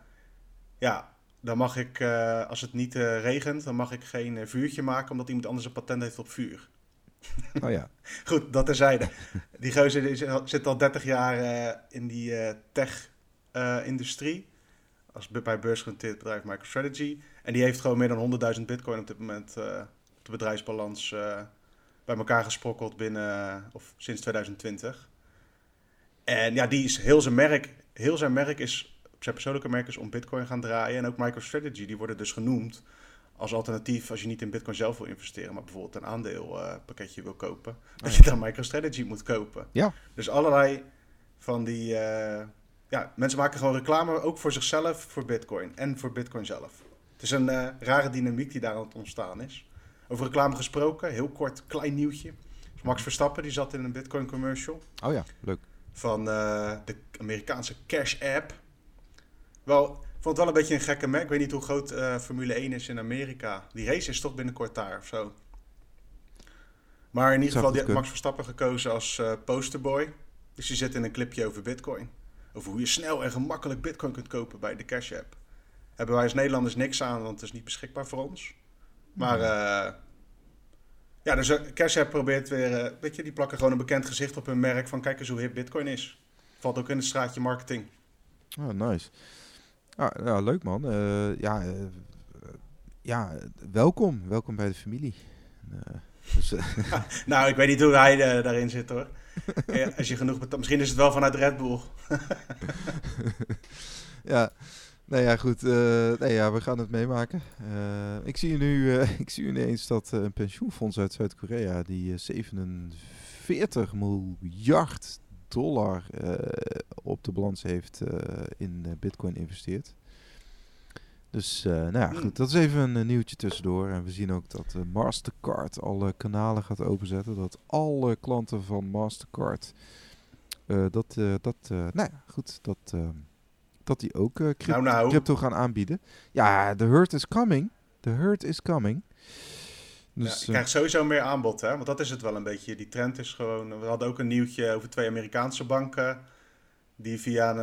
ja, dan mag ik, als het niet regent, dan mag ik geen vuurtje maken omdat iemand anders een patent heeft op vuur. Oh ja. Goed, dat terzijde. Die gozer zit al 30 jaar in die tech-industrie. Bij beursgenoteerd bedrijf MicroStrategy. En die heeft gewoon meer dan 100.000 bitcoin op dit moment op de bedrijfsbalans bij elkaar gesprokkeld sinds 2020. En ja, die is heel zijn merk is, zijn persoonlijke merk is om Bitcoin gaan draaien. En ook MicroStrategy, die worden dus genoemd als alternatief als je niet in Bitcoin zelf wil investeren, maar bijvoorbeeld een aandeelpakketje wil kopen. Dat je dan MicroStrategy moet kopen. Ja. Dus allerlei van die... mensen maken gewoon reclame ook voor zichzelf, voor Bitcoin en voor Bitcoin zelf. Het is een rare dynamiek die daar aan het ontstaan is. Over reclame gesproken, heel kort, klein nieuwtje. Max Verstappen, die zat in een Bitcoin commercial. Oh ja, leuk. Van de Amerikaanse Cash App. Wel, ik vond het wel een beetje een gekke merk. Ik weet niet hoe groot Formule 1 is in Amerika. Die race is toch binnenkort daar of zo. Maar in ieder geval, die heeft Max Verstappen gekozen als posterboy. Dus die zit in een clipje over Bitcoin. Over hoe je snel en gemakkelijk Bitcoin kunt kopen bij de Cash App. Hebben wij als Nederlanders niks aan, want het is niet beschikbaar voor ons. Maar dus Cash App probeert weer... die plakken gewoon een bekend gezicht op hun merk van kijk eens hoe hip Bitcoin is. Valt ook in het straatje marketing. Oh, nice. Ja, leuk man. Welkom. Welkom bij de familie. Nou, ik weet niet hoe hij daarin zit hoor. Als je genoeg betaalt. Misschien is het wel vanuit Red Bull. Ja, nou ja, goed. We gaan het meemaken. Ik zie nu ineens dat een pensioenfonds uit Zuid-Korea die $47 miljard op de balans heeft in Bitcoin investeerd. Dus goed, dat is even een nieuwtje tussendoor. En we zien ook dat Mastercard alle kanalen gaat openzetten. Dat alle klanten van Mastercard dat die ook crypto gaan aanbieden. Ja, the herd is coming. The herd is coming. Dus, je krijgt sowieso meer aanbod, hè? Want dat is het wel een beetje. Die trend is gewoon... We hadden ook een nieuwtje over 2 Amerikaanse banken die via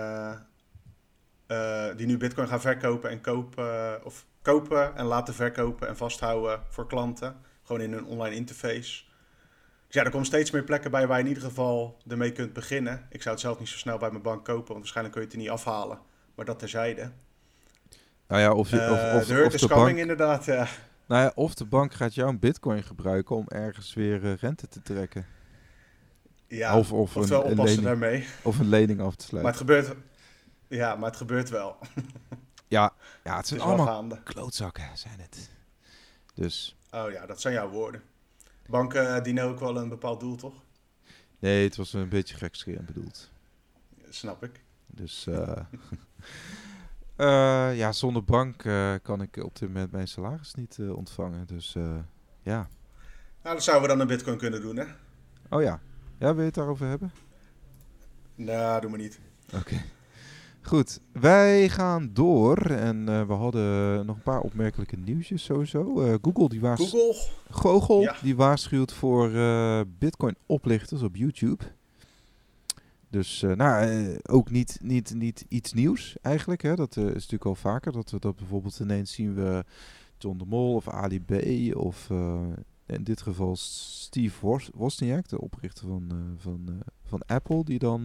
die nu Bitcoin gaan verkopen en kopen en laten verkopen en vasthouden voor klanten. Gewoon in een online interface. Dus ja, er komen steeds meer plekken bij waar je in ieder geval ermee kunt beginnen. Ik zou het zelf niet zo snel bij mijn bank kopen, want waarschijnlijk kun je het er niet afhalen. Maar dat terzijde. Nou ja, de herd is coming inderdaad, ja. Nou ja, of de bank gaat jouw Bitcoin gebruiken om ergens weer rente te trekken. Ja, of een lening, daarmee. Of een lening af te sluiten. Maar het gebeurt wel. Ja, het zijn allemaal klootzakken, zijn het. Dus. Oh ja, dat zijn jouw woorden. Banken dienen ook wel een bepaald doel, toch? Nee, het was een beetje gekscherend bedoeld. Snap ik. Dus zonder bank kan ik op dit moment mijn salaris niet ontvangen. Dus ja. Nou, dat zouden we dan een Bitcoin kunnen doen, hè? Oh ja. Ja, wil je het daarover hebben? Nou, doe maar niet. Oké. Goed, wij gaan door en we hadden nog een paar opmerkelijke nieuwsjes sowieso. Google die waarschuwt voor Bitcoin-oplichters op YouTube. Dus ook niet iets nieuws eigenlijk. Hè. Dat is natuurlijk al vaker. Dat bijvoorbeeld ineens zien we John de Mol of Ali B. Of in dit geval Steve Wozniak, de oprichter van Apple, die dan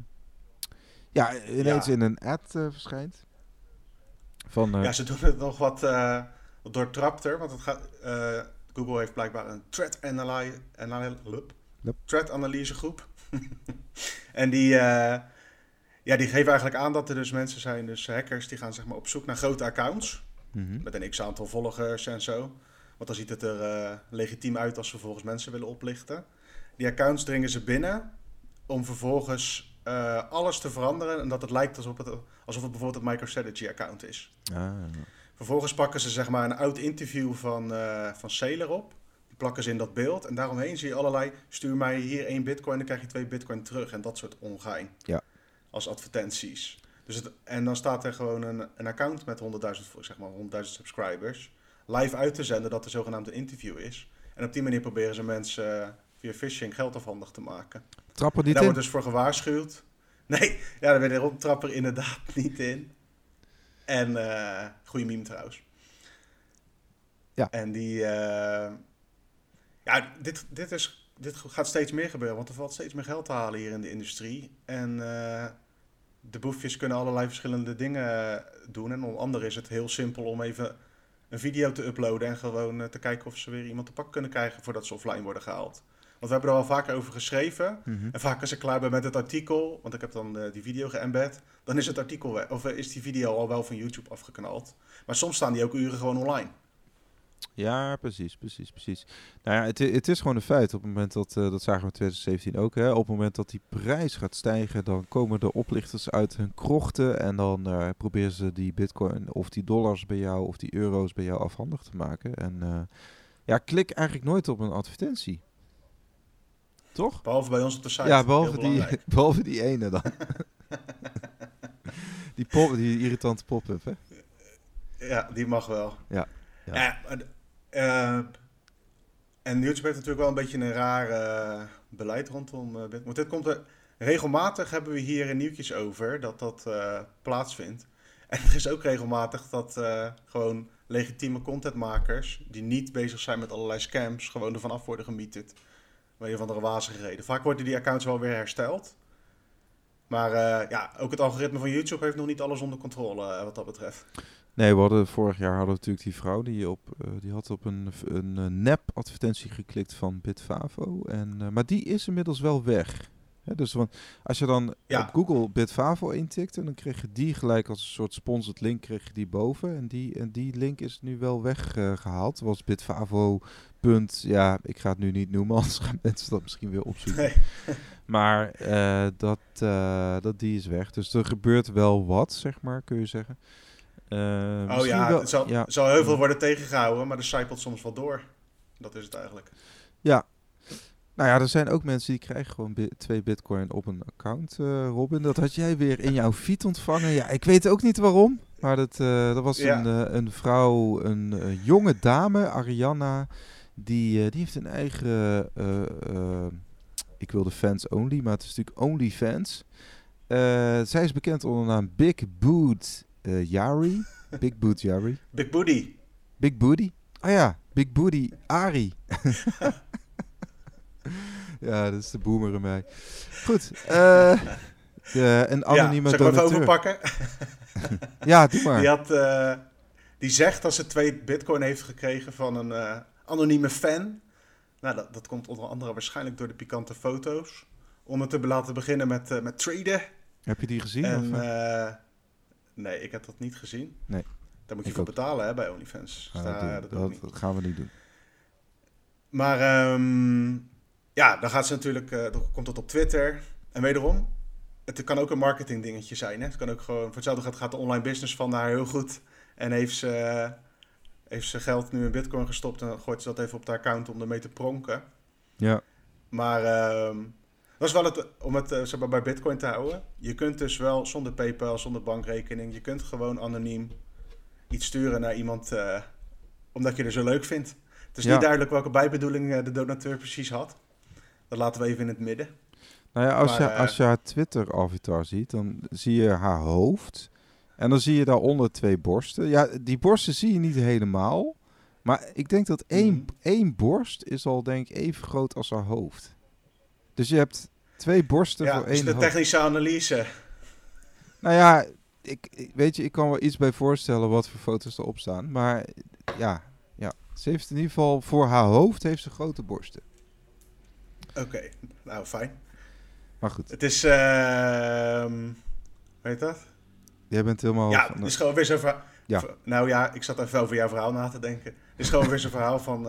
ineens in een ad verschijnt. Ze doen het nog wat doortrapter. Want Google heeft blijkbaar een threat analysegroep. En die geven eigenlijk aan dat er dus mensen zijn, dus hackers, die gaan zeg maar op zoek naar grote accounts. Mm-hmm. Met een x-aantal volgers en zo. Want dan ziet het er legitiem uit als ze vervolgens mensen willen oplichten. Die accounts dringen ze binnen om vervolgens alles te veranderen. En dat het lijkt alsof het bijvoorbeeld een MicroStrategy-account is. Ah. Vervolgens pakken ze zeg maar een oud interview van Saylor op. Die plakken ze in dat beeld. En daaromheen zie je allerlei, stuur mij hier 1 bitcoin, dan krijg je 2 bitcoin terug. En dat soort ongein. Ja. Als advertenties. En dan staat er gewoon een account met 100.000 subscribers live uit te zenden dat er zogenaamd een interview is. En op die manier proberen ze mensen via phishing geld afhandig te maken. Trapper niet in? Daar wordt dus voor gewaarschuwd. Nee, daar ben je trapper inderdaad niet in. En goede meme trouwens. Ja. En die... dit gaat steeds meer gebeuren, want er valt steeds meer geld te halen hier in de industrie. En de boefjes kunnen allerlei verschillende dingen doen. En onder andere is het heel simpel om even een video te uploaden en gewoon te kijken of ze weer iemand te pak kunnen krijgen voordat ze offline worden gehaald. Want we hebben er al vaker over geschreven. Mhm. En vaak als ik klaar ben met het artikel, want ik heb dan die video geëmbed, dan is het artikel of is die video al wel van YouTube afgeknald. Maar soms staan die ook uren gewoon online. Ja, precies. Nou ja, het is gewoon een feit. Op het moment dat zagen we in 2017 ook, hè, op het moment dat die prijs gaat stijgen, dan komen de oplichters uit hun krochten en dan proberen ze die bitcoin of die dollars bij jou of die euro's bij jou afhandig te maken. En ja, klik eigenlijk nooit op een advertentie. Toch? Behalve bij ons op de site. Ja, Heel behalve belangrijk. behalve die ene dan. Die irritante pop-up, hè? Ja, die mag wel. Ja. En YouTube heeft natuurlijk wel een beetje een raar beleid rondom Bitcoin. Want dit komt regelmatig hebben we hier een nieuwtjes over dat plaatsvindt. En er is ook regelmatig dat gewoon legitieme contentmakers die niet bezig zijn met allerlei scams gewoon ervan af worden gemieterd. Met een of andere wazige reden. Vaak worden die accounts wel weer hersteld. Maar ook het algoritme van YouTube heeft nog niet alles onder controle wat dat betreft. Nee, vorig jaar hadden we natuurlijk die vrouw die had op een nep advertentie geklikt van Bitfavo. Maar die is inmiddels wel weg. Hè, dus als je dan op Google Bitfavo intikt, dan kreeg je die gelijk als een soort sponsored link kreeg je die boven. En die link is nu wel weggehaald. Het was Bitfavo. Ja, ik ga het nu niet noemen, anders gaan mensen dat misschien weer opzoeken. Nee. Maar die is weg. Dus er gebeurt wel wat, zeg maar, kun je zeggen. Het zal heel veel worden tegengehouden, maar de zijpelt soms wel door. Dat is het eigenlijk. Ja. Nou ja, er zijn ook mensen die krijgen gewoon 2 bitcoin op een account, Robin. Dat had jij weer in jouw feed ontvangen. Ja, ik weet ook niet waarom. Maar dat was een vrouw, een jonge dame, Arianna. Die heeft een eigen, ik wilde fans only, maar het is natuurlijk OnlyFans. Zij is bekend onder de naam Big Boot Yari. Big Boot Yari. Big Booty. Big Booty? Oh ja, Big Booty Ari. Ja, dat is de boomer in mij. Goed. Een anonieme donateur. Zal ik hem even donateur. overpakken? Ja, doe maar. Die zegt dat ze 2 bitcoin heeft gekregen van een anonieme fan. Nou, dat komt onder andere waarschijnlijk door de pikante foto's. Om het te laten beginnen met traden. Heb je die gezien? Nee, ik heb dat niet gezien. Nee. Daar moet je voor betalen, hè, bij OnlyFans. Dat gaan we niet doen. Maar dan gaat ze natuurlijk, dan komt het op Twitter. En wederom, het kan ook een marketing dingetje zijn. Hè? Het kan ook gewoon, voor hetzelfde gaat de online business van haar heel goed. En heeft ze geld nu in bitcoin gestopt en dan gooit ze dat even op de account om ermee te pronken. Ja. Maar dat is wel om het zeg maar bij bitcoin te houden. Je kunt dus wel zonder PayPal, zonder bankrekening, je kunt gewoon anoniem iets sturen naar iemand omdat je er zo leuk vindt. Het is niet duidelijk welke bijbedoeling de donateur precies had. Dat laten we even in het midden. Nou ja, als je haar Twitter-avatar ziet, dan zie je haar hoofd. En dan zie je daaronder 2 borsten. Ja, die borsten zie je niet helemaal. Maar ik denk dat één borst is al denk ik even groot als haar hoofd. Dus je hebt 2 borsten voor 1 hoofd. Ja, de technische analyse. Nou ja, ik kan wel iets bij voorstellen wat voor foto's erop staan. Maar ja, ze heeft in ieder geval voor haar hoofd heeft ze grote borsten. Oké, nou fijn. Maar goed. Het is, hoe heet dat? Jij bent helemaal... Ja, het is gewoon weer zo'n verhaal. Ja. Nou ja, ik zat even over jouw verhaal na te denken. Het is gewoon weer zo'n verhaal van...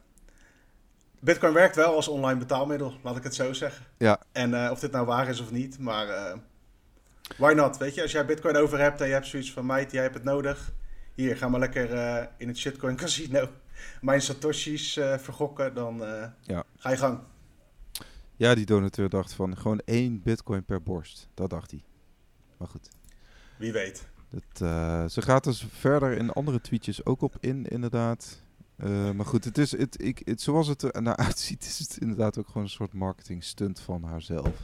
Bitcoin werkt wel als online betaalmiddel, laat ik het zo zeggen. Ja. En of dit nou waar is of niet, maar... why not, weet je? Als jij Bitcoin over hebt en je hebt zoiets van... Meid, jij hebt het nodig. Hier, ga maar lekker in het shitcoin casino... mijn satoshis vergokken, dan ga je gang. Ja, die donateur dacht van gewoon 1 bitcoin per borst. Dat dacht hij. Maar goed. Wie weet. Ze gaat dus verder in andere tweetjes ook op in, inderdaad. Maar goed, zoals het er naar uitziet, is het inderdaad ook gewoon een soort marketing stunt van haarzelf.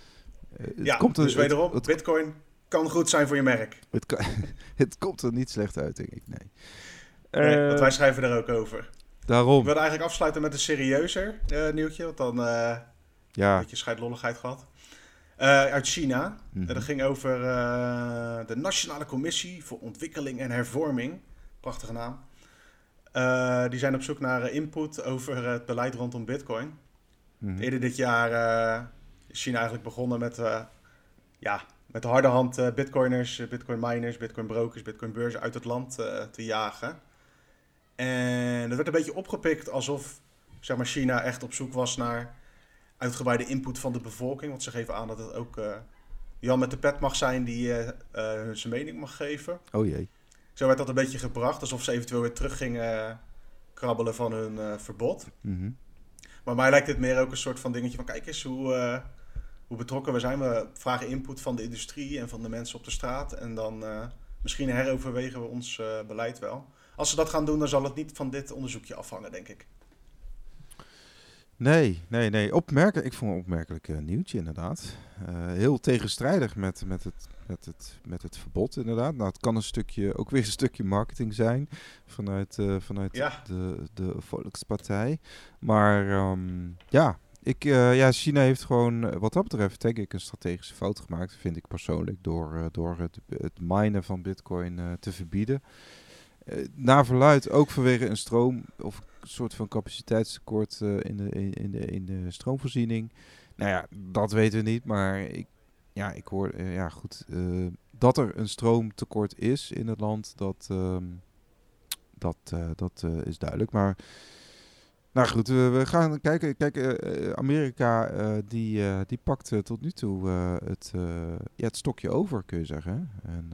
Dus wederom, Bitcoin kan goed zijn voor je merk. Het komt er niet slecht uit, denk ik, nee. Want wij schrijven er ook over. Daarom. Ik wilde eigenlijk afsluiten met een serieuzer nieuwtje, want dan een beetje scheidlolligheid gehad. Uit China. Mm-hmm. Dat ging over de Nationale Commissie voor Ontwikkeling en Hervorming. Prachtige naam. Die zijn op zoek naar input over het beleid rondom Bitcoin. Eerder dit jaar is China eigenlijk begonnen met met de harde hand bitcoiners, bitcoin miners, bitcoin brokers, bitcoin beurzen uit het land te jagen. En dat werd een beetje opgepikt alsof zeg maar, China echt op zoek was naar uitgebreide input van de bevolking. Want ze geven aan dat het ook Jan met de pet mag zijn die zijn mening mag geven. Oh jee. Zo werd dat een beetje gebracht, alsof ze eventueel weer terug gingen krabbelen van hun verbod. Mm-hmm. Maar mij lijkt dit meer ook een soort van dingetje van kijk eens hoe betrokken we zijn. We vragen input van de industrie en van de mensen op de straat. En dan misschien heroverwegen we ons beleid wel. Als ze dat gaan doen, dan zal het niet van dit onderzoekje afhangen, denk ik. Nee. Ik vond het een opmerkelijk nieuwtje inderdaad. Heel tegenstrijdig met het verbod inderdaad. Nou, het kan ook weer een stukje marketing zijn vanuit de Volkspartij. Maar China heeft gewoon wat dat betreft denk ik een strategische fout gemaakt, vind ik persoonlijk, door het minen van bitcoin te verbieden. Naar verluidt ook vanwege een stroom of een soort van capaciteitstekort in de stroomvoorziening. Nou ja, dat weten we niet, maar ik hoor dat er een stroomtekort is in het land, dat is duidelijk. Maar nou goed, we gaan kijken. Kijk, Amerika die pakt tot nu toe het stokje over, kun je zeggen. En,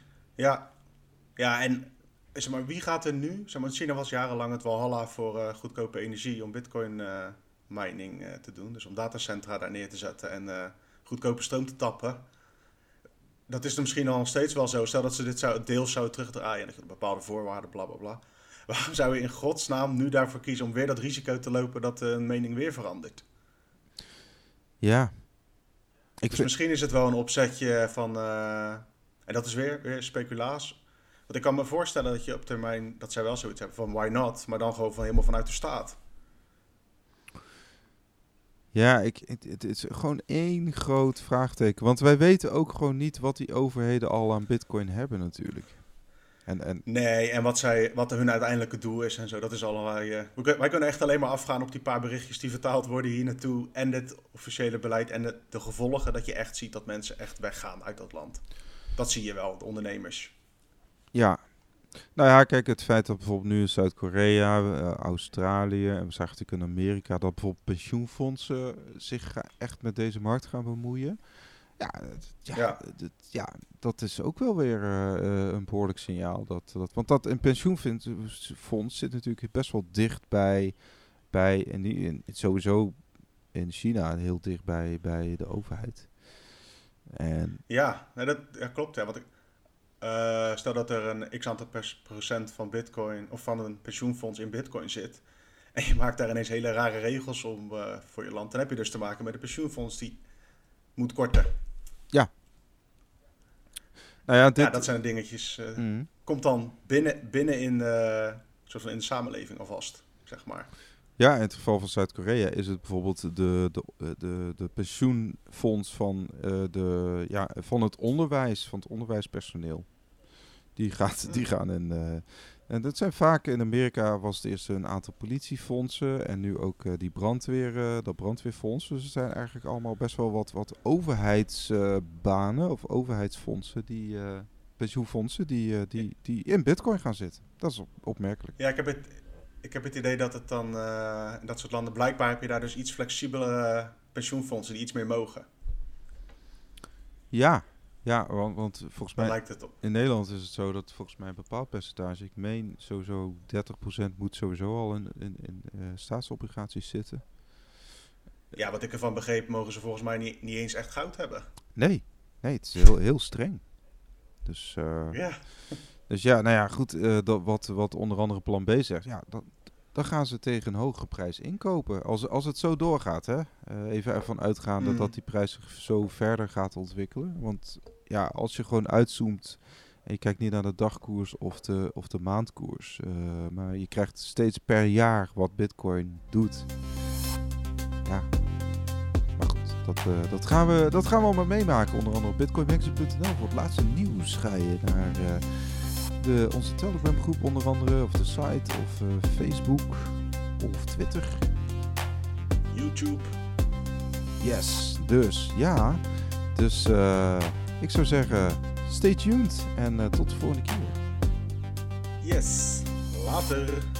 en zeg maar, wie gaat er nu? Zeg maar, China was jarenlang het walhalla voor goedkope energie om bitcoin mining te doen. Dus om datacentra daar neer te zetten en goedkope stroom te tappen. Dat is er misschien al nog steeds wel zo. Stel dat ze dit deels zouden terugdraaien. Dat je bepaalde voorwaarden, bla bla bla. Waarom zou je in godsnaam nu daarvoor kiezen om weer dat risico te lopen dat een mening weer verandert? Ja. Misschien is het wel een opzetje van... en dat is weer speculaas. Want ik kan me voorstellen dat je op termijn... dat zij wel zoiets hebben van why not? Maar dan gewoon helemaal vanuit de staat. Ja, het is gewoon één groot vraagteken. Want wij weten ook gewoon niet wat die overheden al aan bitcoin hebben natuurlijk. Nee, en wat hun uiteindelijke doel is en zo, dat is allerlei... wij kunnen echt alleen maar afgaan op die paar berichtjes die vertaald worden hier naartoe. En het officiële beleid en de gevolgen, dat je echt ziet dat mensen echt weggaan uit dat land. Dat zie je wel, de ondernemers. Ja. Nou ja, kijk, het feit dat bijvoorbeeld nu in Zuid-Korea, Australië en we zagen natuurlijk in Amerika dat bijvoorbeeld pensioenfondsen zich echt met deze markt gaan bemoeien. Dat is ook wel weer een behoorlijk signaal. Want dat een pensioenfonds zit natuurlijk best wel dicht bij en sowieso in China heel dicht bij de overheid. En dat klopt. Ja. Stel dat er een x-aantal procent van bitcoin of van een pensioenfonds in bitcoin zit en je maakt daar ineens hele rare regels om voor je land, dan heb je dus te maken met een pensioenfonds die moet korten. Ja. Nou ja, dat zijn de dingetjes. Komt dan binnen in soort van in de samenleving alvast, zeg maar. Ja, in het geval van Zuid-Korea is het bijvoorbeeld de pensioenfonds van het onderwijs, van het onderwijspersoneel. Die gaan en dat zijn vaak in Amerika was het eerst een aantal politiefondsen en nu ook dat brandweerfonds. Dus het zijn eigenlijk allemaal best wel wat overheidsbanen of overheidsfondsen pensioenfondsen die in bitcoin gaan zitten. Dat is opmerkelijk. Ja, ik heb het idee dat het dan in dat soort landen blijkbaar heb je daar dus iets flexibelere pensioenfondsen die iets meer mogen. Ja, want volgens mij lijkt het op. In Nederland is het zo dat volgens mij een bepaald percentage, ik meen sowieso 30% moet sowieso al in staatsobligaties zitten. Ja, wat ik ervan begreep, mogen ze volgens mij niet eens echt goud hebben. Nee, het is heel streng. Dus Dus ja, nou ja, goed, wat onder andere plan B zegt, ja, dan gaan ze tegen een hogere prijs inkopen. Als het zo doorgaat, hè. Even ervan uitgaan dat die prijs zich zo verder gaat ontwikkelen. Want ja, als je gewoon uitzoomt en je kijkt niet naar de dagkoers of de maandkoers, maar je krijgt steeds per jaar wat Bitcoin doet. Ja, maar goed, dat gaan we allemaal meemaken. Onder andere op bitcoinmagazine.nl. Voor het laatste nieuws ga je naar onze Telegram groep onder andere, of de site, of Facebook, of Twitter. YouTube. Yes, dus ja. Dus ik zou zeggen, stay tuned en tot de volgende keer. Yes, later.